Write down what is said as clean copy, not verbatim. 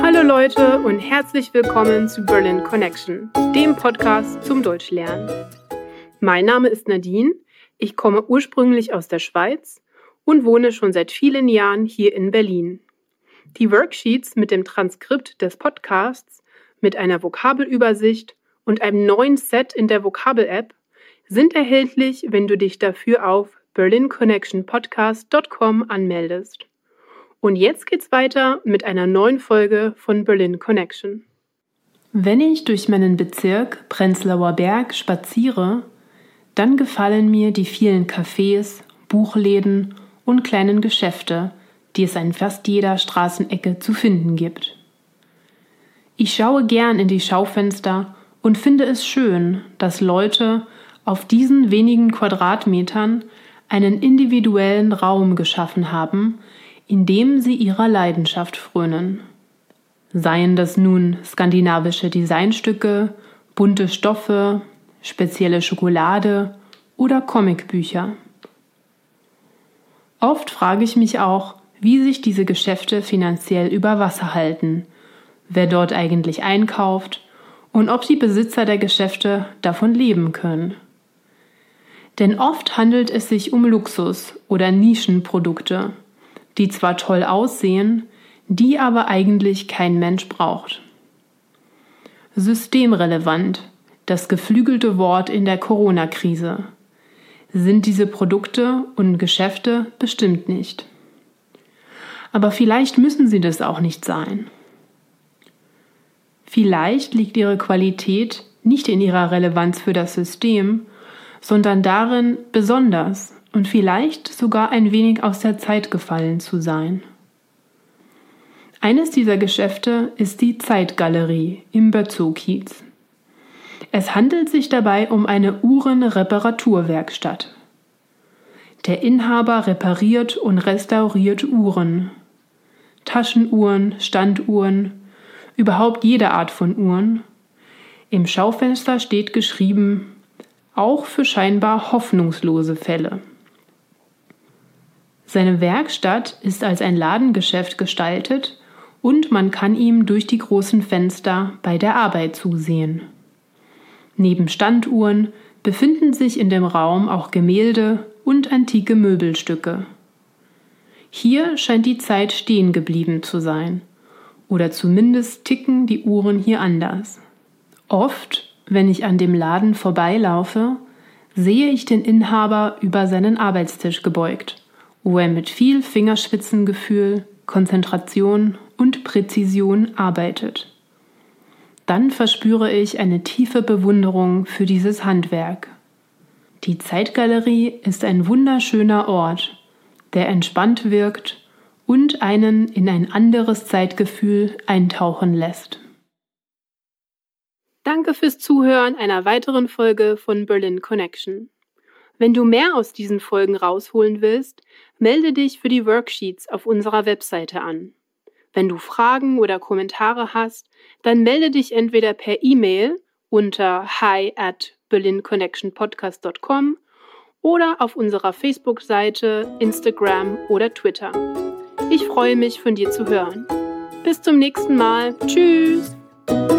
Hallo Leute und herzlich willkommen zu Berlin Connection, dem Podcast zum Deutschlernen. Mein Name ist Nadine, ich komme ursprünglich aus der Schweiz und wohne schon seit vielen Jahren hier in Berlin. Die Worksheets mit dem Transkript des Podcasts, mit einer Vokabelübersicht und einem neuen Set in der Vokabel-App sind erhältlich, wenn du dich dafür auf berlinconnectionpodcast.com anmeldest. Und jetzt geht's weiter mit einer neuen Folge von Berlin Connection. Wenn ich durch meinen Bezirk Prenzlauer Berg spaziere, dann gefallen mir die vielen Cafés, Buchläden und kleinen Geschäfte, die es an fast jeder Straßenecke zu finden gibt. Ich schaue gern in die Schaufenster und finde es schön, dass Leute auf diesen wenigen Quadratmetern einen individuellen Raum geschaffen haben, in dem sie ihrer Leidenschaft frönen. Seien das nun skandinavische Designstücke, bunte Stoffe, spezielle Schokolade oder Comicbücher. Oft frage ich mich auch, wie sich diese Geschäfte finanziell über Wasser halten, wer dort eigentlich einkauft und ob die Besitzer der Geschäfte davon leben können. Denn oft handelt es sich um Luxus- oder Nischenprodukte, die zwar toll aussehen, die aber eigentlich kein Mensch braucht. Systemrelevant, das geflügelte Wort in der Corona-Krise, sind diese Produkte und Geschäfte bestimmt nicht. Aber vielleicht müssen sie das auch nicht sein. Vielleicht liegt ihre Qualität nicht in ihrer Relevanz für das System, sondern darin, besonders und vielleicht sogar ein wenig aus der Zeit gefallen zu sein. Eines dieser Geschäfte ist die Zeitgalerie im Bötzow-Kiez. Es handelt sich dabei um eine Uhrenreparaturwerkstatt. Der Inhaber repariert und restauriert Uhren, Taschenuhren, Standuhren, überhaupt jede Art von Uhren. Im Schaufenster steht geschrieben, auch für scheinbar hoffnungslose Fälle. Seine Werkstatt ist als ein Ladengeschäft gestaltet und man kann ihm durch die großen Fenster bei der Arbeit zusehen. Neben Standuhren befinden sich in dem Raum auch Gemälde und antike Möbelstücke. Hier scheint die Zeit stehen geblieben zu sein, oder zumindest ticken die Uhren hier anders. Oft, wenn ich an dem Laden vorbeilaufe, sehe ich den Inhaber über seinen Arbeitstisch gebeugt, wo er mit viel Fingerspitzengefühl, Konzentration und Präzision arbeitet. Dann verspüre ich eine tiefe Bewunderung für dieses Handwerk. Die Zeitgalerie ist ein wunderschöner Ort, der entspannt wirkt und einen in ein anderes Zeitgefühl eintauchen lässt. Danke fürs Zuhören einer weiteren Folge von Berlin Connection. Wenn du mehr aus diesen Folgen rausholen willst, melde dich für die Worksheets auf unserer Webseite an. Wenn du Fragen oder Kommentare hast, dann melde dich entweder per E-Mail unter hi@berlinconnectionpodcast.com oder auf unserer Facebook-Seite, Instagram oder Twitter. Ich freue mich, von dir zu hören. Bis zum nächsten Mal. Tschüss!